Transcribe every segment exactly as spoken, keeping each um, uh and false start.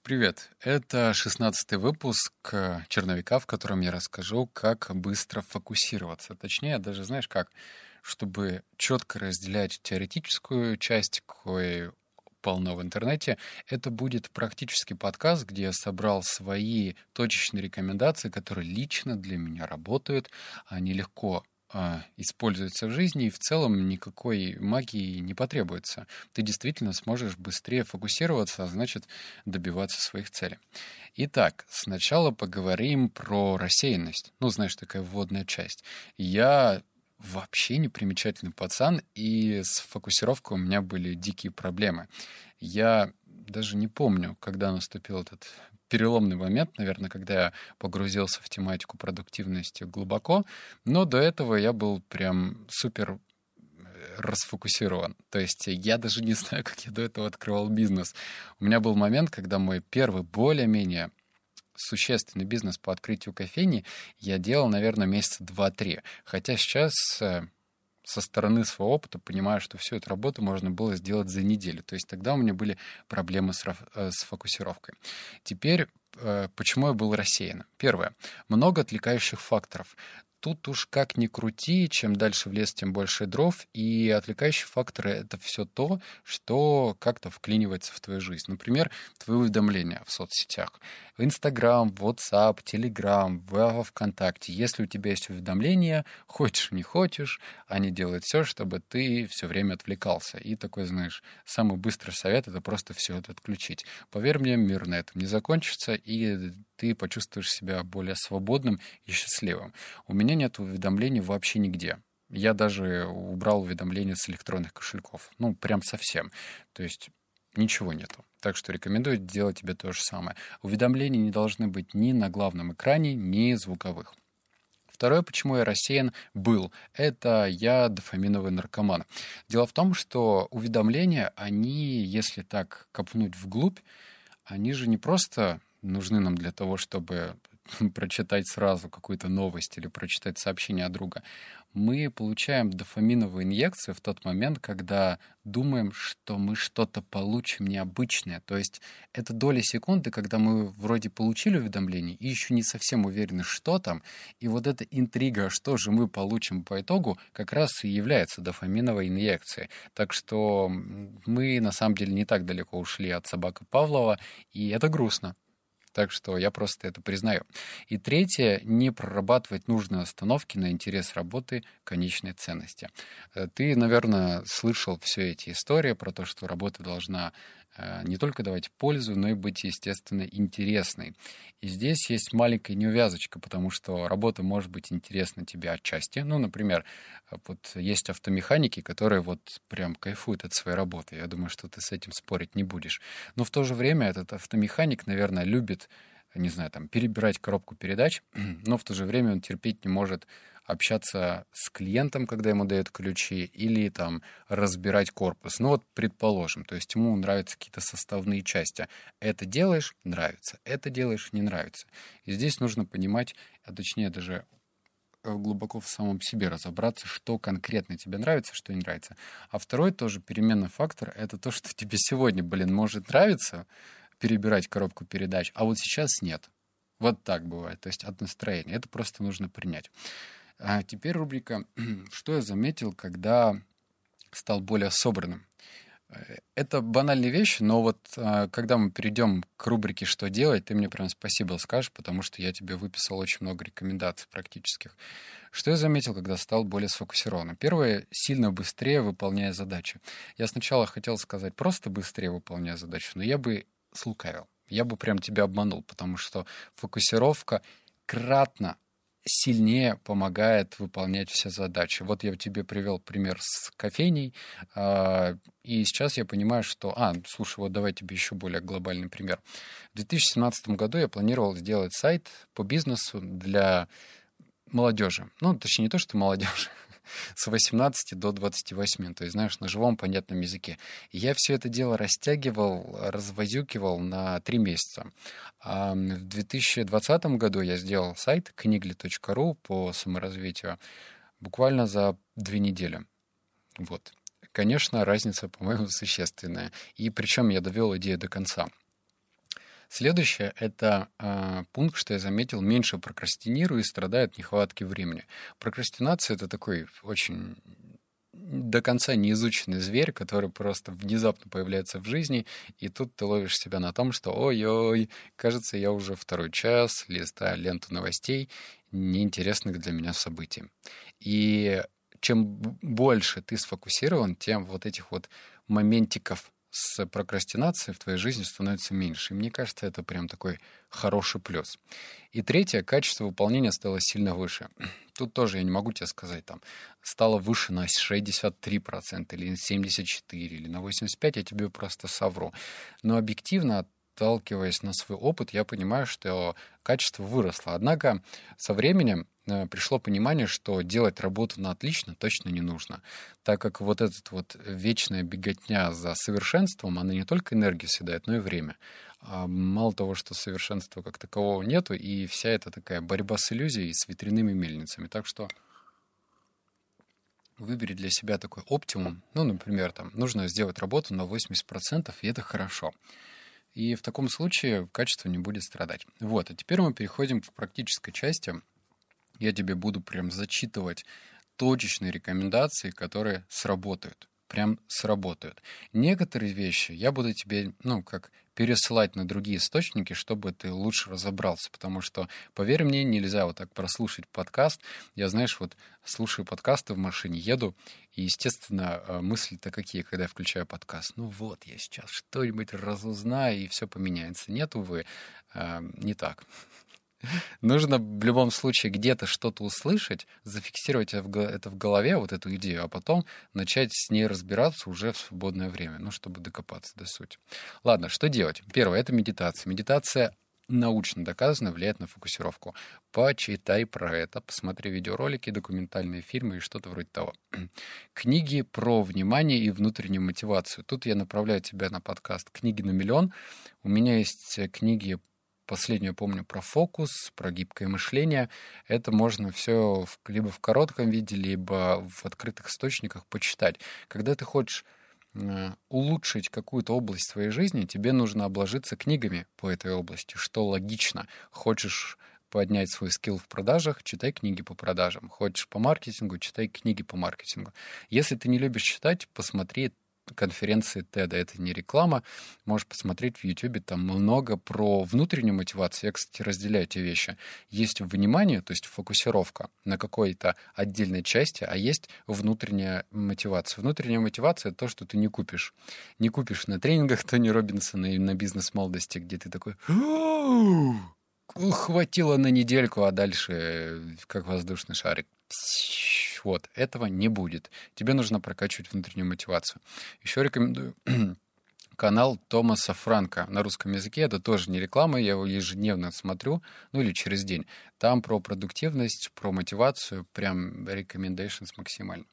Привет! Это шестнадцатый выпуск э, «Черновика», в котором я расскажу, как быстро фокусироваться. Точнее, даже знаешь как, чтобы четко разделять теоретическую часть, кое полно в интернете, это будет практический подкаст, где я собрал свои точечные рекомендации, которые лично для меня работают, они легко а, используются в жизни, и в целом никакой магии не потребуется. Ты действительно сможешь быстрее фокусироваться, а значит добиваться своих целей. Итак, сначала поговорим про рассеянность. Ну, знаешь, такая вводная часть. Я вообще не примечательный пацан, и с фокусировкой у меня были дикие проблемы. Я даже не помню, когда наступил этот переломный момент, наверное, когда я погрузился в тематику продуктивности глубоко, но до этого я был прям супер расфокусирован. То есть я даже не знаю, как я до этого открывал бизнес. У меня был момент, когда мой первый более-менее существенный бизнес по открытию кофейни я делал, наверное, месяца два-три. Хотя сейчас э, со стороны своего опыта понимаю, что всю эту работу можно было сделать за неделю. То есть тогда у меня были проблемы с, раф- э, с фокусировкой. Теперь, э, почему я был рассеян? Первое. Много отвлекающих факторов. Тут уж как ни крути, чем дальше в лес, тем больше дров. И отвлекающие факторы — это все то, что как-то вклинивается в твою жизнь. Например, твои уведомления в соцсетях. В Инстаграм, в WhatsApp, Telegram, в ВКонтакте. Если у тебя есть уведомления, хочешь не хочешь, они делают все, чтобы ты все время отвлекался. И такой, знаешь, самый быстрый совет — это просто все это отключить. Поверь мне, мир на этом не закончится, и ты почувствуешь себя более свободным и счастливым. У меня нет уведомлений вообще нигде. Я даже убрал уведомления с электронных кошельков. Ну, прям совсем. То есть ничего нету. Так что рекомендую делать тебе то же самое. Уведомления не должны быть ни на главном экране, ни звуковых. Второе, почему я рассеян был, это я дофаминовый наркоман. Дело в том, что уведомления, они, если так копнуть вглубь, они же не просто нужны нам для того, чтобы прочитать сразу какую-то новость или прочитать сообщение от друга. Мы получаем дофаминовую инъекцию в тот момент, когда думаем, что мы что-то получим необычное. То есть это доли секунды, когда мы вроде получили уведомление и еще не совсем уверены, что там. И вот эта интрига, что же мы получим по итогу, как раз и является дофаминовой инъекцией. Так что мы на самом деле не так далеко ушли от собаки Павлова, и это грустно. Так что я просто это признаю. И третье, не прорабатывать нужные остановки на интерес работы, конечной ценности. Э, Ты, наверное, слышал все эти истории про то, что работа должна э, не только давать пользу, но и быть, естественно, интересной. И здесь есть маленькая неувязочка, потому что работа может быть интересна тебе отчасти. Ну, например, э, вот есть автомеханики, которые вот прям кайфуют от своей работы. Я думаю, что ты с этим спорить не будешь. Но в то же время этот автомеханик, наверное, любит, не знаю, там, перебирать коробку передач, но в то же время он терпеть не может общаться с клиентом, когда ему дают ключи, или там разбирать корпус. Ну вот, предположим, то есть ему нравятся какие-то составные части. Это делаешь — нравится, это делаешь — не нравится. И здесь нужно понимать, а точнее даже глубоко в самом себе разобраться, что конкретно тебе нравится, что не нравится. А второй тоже переменный фактор — это то, что тебе сегодня, блин, может нравиться перебирать коробку передач, а вот сейчас нет. Вот так бывает, то есть от настроения. Это просто нужно принять. А теперь рубрика «Что я заметил, когда стал более собранным?» Э, Это банальные вещи, но вот а, когда мы перейдем к рубрике «Что делать», ты мне прям спасибо скажешь, потому что я тебе выписал очень много рекомендаций практических. Что я заметил, когда стал более сфокусированным? Первое — сильно быстрее выполняя задачи. Я сначала хотел сказать просто быстрее выполняя задачи, но я бы слукавил. Я бы прям тебя обманул, потому что фокусировка кратно сильнее помогает выполнять все задачи. Вот я тебе привел пример с кофейней, а, и сейчас я понимаю, что... А, слушай, вот давай тебе еще более глобальный пример. В две тысячи семнадцатом году я планировал сделать сайт по бизнесу для молодежи. Ну, точнее, не то, что молодежи, с восемнадцати до двадцати восьми, то есть, знаешь, на живом понятном языке. И я все это дело растягивал, развозюкивал на три месяца. А в две тысячи двадцатом году я сделал сайт книгли точка ру по саморазвитию буквально за две недели. Вот. Конечно, разница, по-моему, существенная. И причем я довел идею до конца. Следующее — это а, пункт, что я заметил, меньше прокрастинирую и страдаю от нехватки времени. Прокрастинация — это такой очень до конца неизученный зверь, который просто внезапно появляется в жизни, и тут ты ловишь себя на том, что ой-ой, кажется, я уже второй час листаю ленту новостей неинтересных для меня событий. И чем б- больше ты сфокусирован, тем вот этих вот моментиков с прокрастинацией в твоей жизни становится меньше. И мне кажется, это прям такой хороший плюс. И третье, качество выполнения стало сильно выше. Тут тоже я не могу тебе сказать, там, стало выше на шестьдесят три процента или на семьдесят четыре процента или на восемьдесят пять процентов, я тебе просто совру. Но объективно, отталкиваясь на свой опыт, я понимаю, что качество выросло. Однако со временем э, пришло понимание, что делать работу на отлично точно не нужно, так как вот этот вот вечная беготня за совершенством, она не только энергию съедает, но и время. А мало того, что совершенства как такового нету, и вся эта такая борьба с иллюзией, с ветряными мельницами. Так что выбери для себя такой оптимум. Ну, например, там нужно сделать работу на восемьдесят процентов, и это хорошо. И в таком случае качество не будет страдать. Вот, а теперь мы переходим к практической части. Я тебе буду прям зачитывать точечные рекомендации, которые сработают. Прям сработают. Некоторые вещи я буду тебе, ну, как пересылать на другие источники, чтобы ты лучше разобрался. Потому что, поверь мне, нельзя вот так прослушать подкаст. Я, знаешь, вот слушаю подкасты в машине, еду, и, естественно, э, мысли-то какие, когда я включаю подкаст. Ну вот, я сейчас что-нибудь разузнаю, и все поменяется. Нет, увы, э, не так. Нужно в любом случае где-то что-то услышать, зафиксировать это в го- это в голове, вот эту идею, а потом начать с ней разбираться уже в свободное время, ну, чтобы докопаться до сути. Ладно, что делать? Первое — это медитация. Медитация научно доказано влияет на фокусировку. Почитай про это, посмотри видеоролики, документальные фильмы и что-то вроде того. Книги про внимание и внутреннюю мотивацию. Тут я направляю тебя на подкаст «Книги на миллион». У меня есть э, книги. Последнюю помню про фокус, про гибкое мышление. Это можно все либо в коротком виде, либо в открытых источниках почитать. Когда ты хочешь э, улучшить какую-то область своей жизни, тебе нужно обложиться книгами по этой области, что логично. Хочешь поднять свой скилл в продажах, читай книги по продажам. Хочешь по маркетингу, читай книги по маркетингу. Если ты не любишь читать, посмотри конференции теда. Это не реклама. Можешь посмотреть в Ютубе. Там много про внутреннюю мотивацию. Я, кстати, разделяю эти вещи. Есть внимание, то есть фокусировка на какой-то отдельной части, а есть внутренняя мотивация. Внутренняя мотивация — это то, что ты не купишь. Не купишь на тренингах Тони Робинсона и на бизнес-молодости, где ты такой... Хватило на недельку, а дальше э, как воздушный шарик. Вот, этого не будет. Тебе нужно прокачивать внутреннюю мотивацию. Еще рекомендую канал Томаса Франка на русском языке. Это тоже не реклама, я его ежедневно смотрю, ну или через день. Там про продуктивность, про мотивацию, прям recommendations максимально.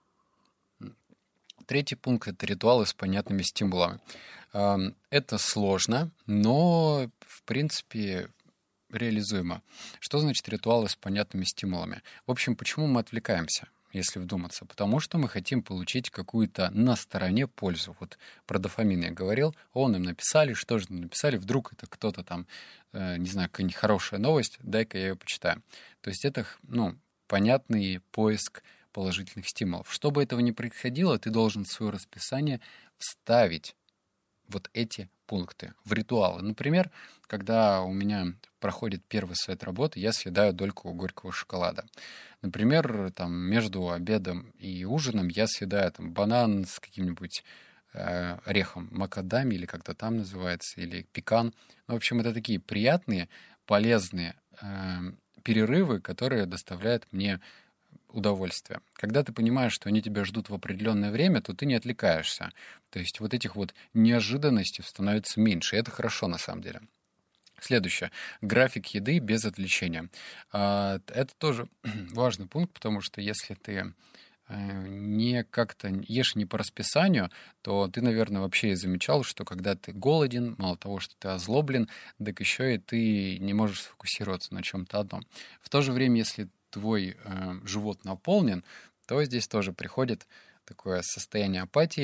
Третий пункт — это ритуалы с понятными стимулами. Ам, Это сложно, но, в принципе, реализуемо. Что значит ритуалы с понятными стимулами? В общем, почему мы отвлекаемся, если вдуматься? Потому что мы хотим получить какую-то на стороне пользу. Вот про дофамин я говорил, он им написали, что же написали, вдруг это кто-то там, э, не знаю, какая-нибудь хорошая новость, дай-ка я ее почитаю. То есть это, ну, понятный поиск положительных стимулов. Чтобы этого не происходило, ты должен в свое расписание вставить вот эти пункты в ритуалы. Например, когда у меня проходит первый сет работы, я съедаю дольку горького шоколада. Например, там между обедом и ужином я съедаю там банан с каким-нибудь э, орехом макадами, или как-то там называется, или пекан. Ну, в общем, это такие приятные, полезные э, перерывы, которые доставляют мне удовольствие. Когда ты понимаешь, что они тебя ждут в определенное время, то ты не отвлекаешься. То есть вот этих вот неожиданностей становится меньше. И это хорошо на самом деле. Следующее. График еды без отвлечения. А, Это тоже важный пункт, потому что если ты э, не как-то ешь не по расписанию, то ты, наверное, вообще и замечал, что когда ты голоден, мало того, что ты озлоблен, так еще и ты не можешь сфокусироваться на чем-то одном. В то же время, если твой э, живот наполнен, то здесь тоже приходит такое состояние апатии,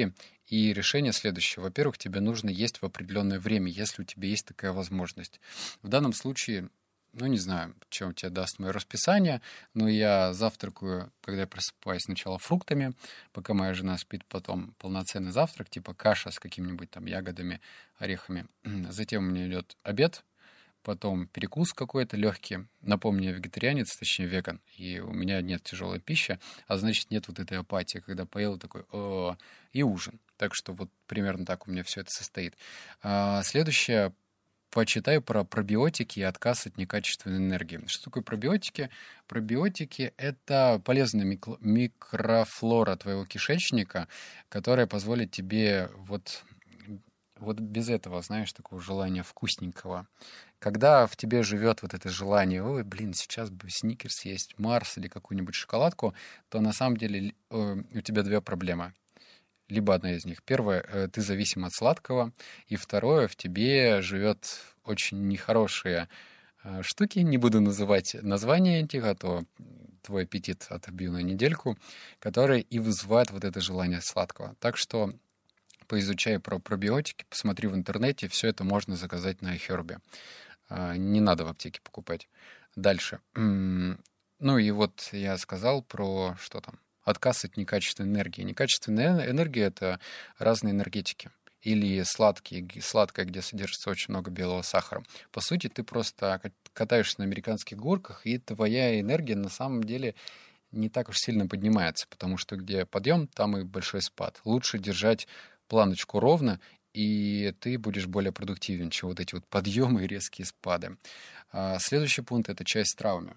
И решение следующее. Во-первых, тебе нужно есть в определенное время, если у тебя есть такая возможность. В данном случае, ну, не знаю, чем тебе даст мое расписание, но я завтракаю, когда я просыпаюсь, сначала фруктами, пока моя жена спит, потом полноценный завтрак, типа каша с какими-нибудь там ягодами, орехами. Затем у меня идет обед, потом перекус какой-то легкий. Напомню, я вегетарианец, точнее веган, и у меня нет тяжелой пищи, а значит нет вот этой апатии, когда поел такой «О», и ужин. Так что вот примерно так у меня все это состоит. А, следующее. Почитаю про пробиотики и отказ от некачественной энергии. Что такое пробиотики? Пробиотики — это полезная микро- микрофлора твоего кишечника, которая позволит тебе вот, вот без этого, знаешь, такого желания вкусненького. Когда в тебе живет вот это желание, ой, блин, сейчас бы сникерс есть, Марс или какую-нибудь шоколадку, то на самом деле э, у тебя две проблемы. Либо одна из них. Первое, э, ты зависим от сладкого. И второе, в тебе живет очень нехорошие э, штуки. Не буду называть названия этих, а то твой аппетит отобью на недельку, которые и вызывают вот это желание сладкого. Так что поизучай про пробиотики, посмотри в интернете, все это можно заказать на iHerb. Э, Не надо в аптеке покупать. Дальше. М, Ну и вот я сказал про что там? Отказ от некачественной энергии. Некачественная энергия — это разные энергетики. Или сладкие, г- сладкое, где содержится очень много белого сахара. По сути, ты просто ка- катаешься на американских горках, и твоя энергия на самом деле не так уж сильно поднимается, потому что где подъем, там и большой спад. Лучше держать планочку ровно, и ты будешь более продуктивен, чем вот эти вот подъемы и резкие спады. А, Следующий пункт — это чай с травами.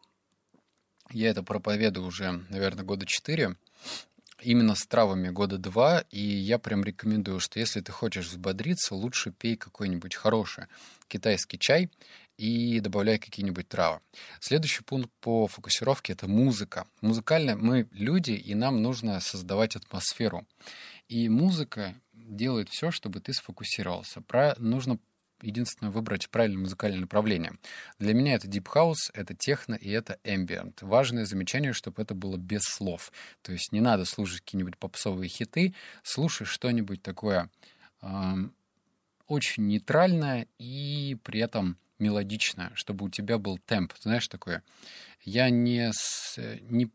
Я это проповедую уже, наверное, года четыре. Именно с травами года два, и я прям рекомендую, что если ты хочешь взбодриться, лучше пей какой-нибудь хороший китайский чай и добавляй какие-нибудь травы. Следующий пункт по фокусировке — это музыка. Музыкально мы люди, и нам нужно создавать атмосферу. И музыка делает все, чтобы ты сфокусировался. Про... Нужно единственное выбрать правильное музыкальное направление. Для меня это Deep House, это техно и это ambient. Важное замечание, чтобы это было без слов. То есть не надо слушать какие-нибудь попсовые хиты, слушай что-нибудь такое эм, очень нейтральное и при этом мелодичное, чтобы у тебя был темп. Знаешь, такое. Я не, с, не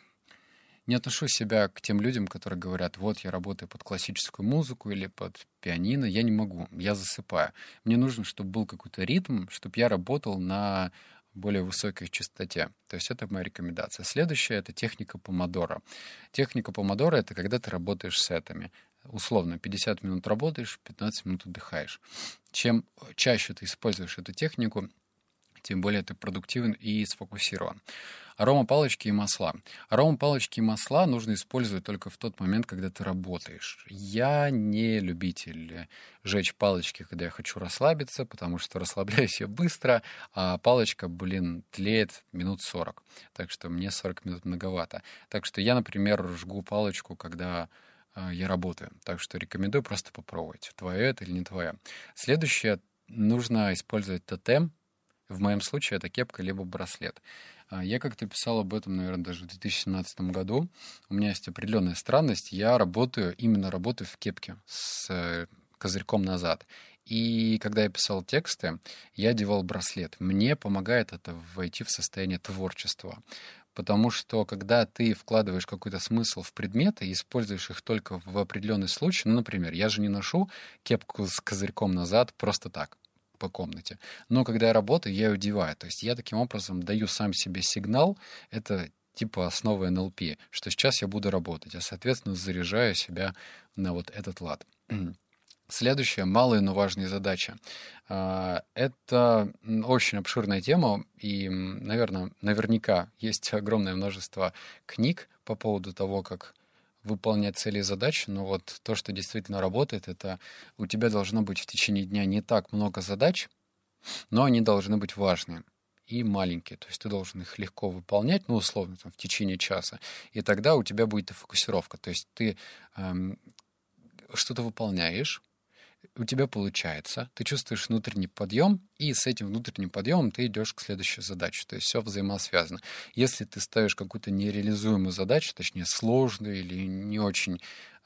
не отношу себя к тем людям, которые говорят, вот я работаю под классическую музыку или под пианино. Я не могу, я засыпаю. Мне нужно, чтобы был какой-то ритм, чтобы я работал на более высокой частоте. То есть это моя рекомендация. Следующая — это техника помодоро. Техника помодоро — это когда ты работаешь сетами. Условно, пятьдесят минут работаешь, пятнадцать минут отдыхаешь. Чем чаще ты используешь эту технику, тем более ты продуктивен и сфокусирован. Аромапалочки и масла. Аромапалочки и масла нужно использовать только в тот момент, когда ты работаешь. Я не любитель жечь палочки, когда я хочу расслабиться, потому что расслабляюсь я быстро, а палочка, блин, тлеет минут сорок. Так что мне сорок минут многовато. Так что я, например, жгу палочку, когда э, я работаю. Так что рекомендую просто попробовать, твое это или не твое. Следующее. Нужно использовать тотем. В моем случае это кепка либо браслет. А, Я как-то писал об этом, наверное, даже в две тысячи семнадцатом году. У меня есть определенная странность. Я работаю, именно работаю в кепке с э, козырьком назад. И когда я писал тексты, я одевал браслет. Мне помогает это войти в состояние творчества. Потому что когда ты вкладываешь какой-то смысл в предметы и используешь их только в определенный случай, ну, например, я же не ношу кепку с козырьком назад просто так по комнате. Но когда я работаю, я ее одеваю. То есть я таким образом даю сам себе сигнал, это типа основа эн эл пи, что сейчас я буду работать, а, соответственно, заряжаю себя на вот этот лад. Следующая — малые, но важные задачи. А, Это м, очень обширная тема, и, наверное, наверняка есть огромное множество книг по поводу того, как выполнять цели и задачи, но вот то, что действительно работает, это у тебя должно быть в течение дня не так много задач, но они должны быть важные и маленькие. То есть ты должен их легко выполнять, ну, условно, там, в течение часа, и тогда у тебя будет и фокусировка. То есть ты эм, что-то выполняешь, у тебя получается, ты чувствуешь внутренний подъем, и с этим внутренним подъемом ты идешь к следующей задаче. То есть все взаимосвязано. Если ты ставишь какую-то нереализуемую задачу, точнее сложную или не очень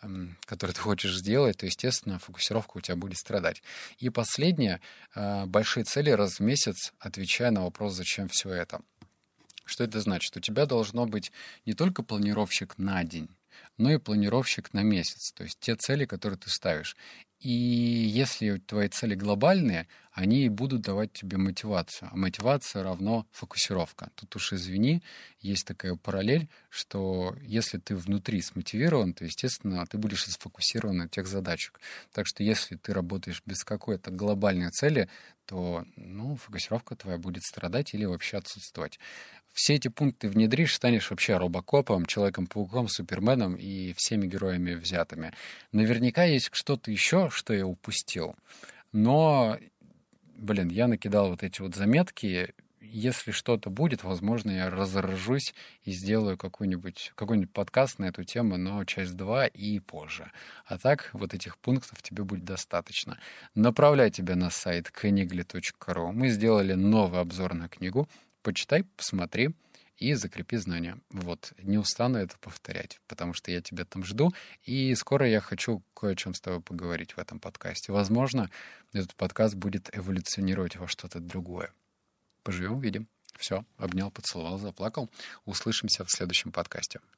эм, который ты хочешь сделать, то, естественно, фокусировка у тебя будет страдать. И последнее, э, большие цели раз в месяц, отвечая на вопрос, зачем все это. Что это значит? У тебя должно быть не только планировщик на день, но и планировщик на месяц, то есть те цели, которые ты ставишь. И если твои цели глобальные, они будут давать тебе мотивацию. А мотивация равно фокусировка. Тут уж извини, есть такая параллель, что если ты внутри смотивирован, то, естественно, ты будешь сфокусирован на тех задачах. Так что если ты работаешь без какой-то глобальной цели, то, ну, фокусировка твоя будет страдать или вообще отсутствовать. Все эти пункты внедришь, станешь вообще робокопом, Человеком-пауком, Суперменом и всеми героями взятыми. Наверняка есть что-то еще, что я упустил. Но, блин, я накидал вот эти вот заметки. Если что-то будет, возможно, я разоржусь и сделаю какой-нибудь, какой-нибудь подкаст на эту тему, но часть два и позже. А так, вот этих пунктов тебе будет достаточно. Направляю тебя на сайт книгли точка ру. Мы сделали новый обзор на книгу. Почитай, посмотри и закрепи знания. Вот, не устану это повторять, потому что я тебя там жду, и скоро я хочу кое о чем с тобой поговорить в этом подкасте. Возможно, этот подкаст будет эволюционировать во что-то другое. Поживем, увидим. Все, обнял, поцеловал, заплакал. Услышимся в следующем подкасте.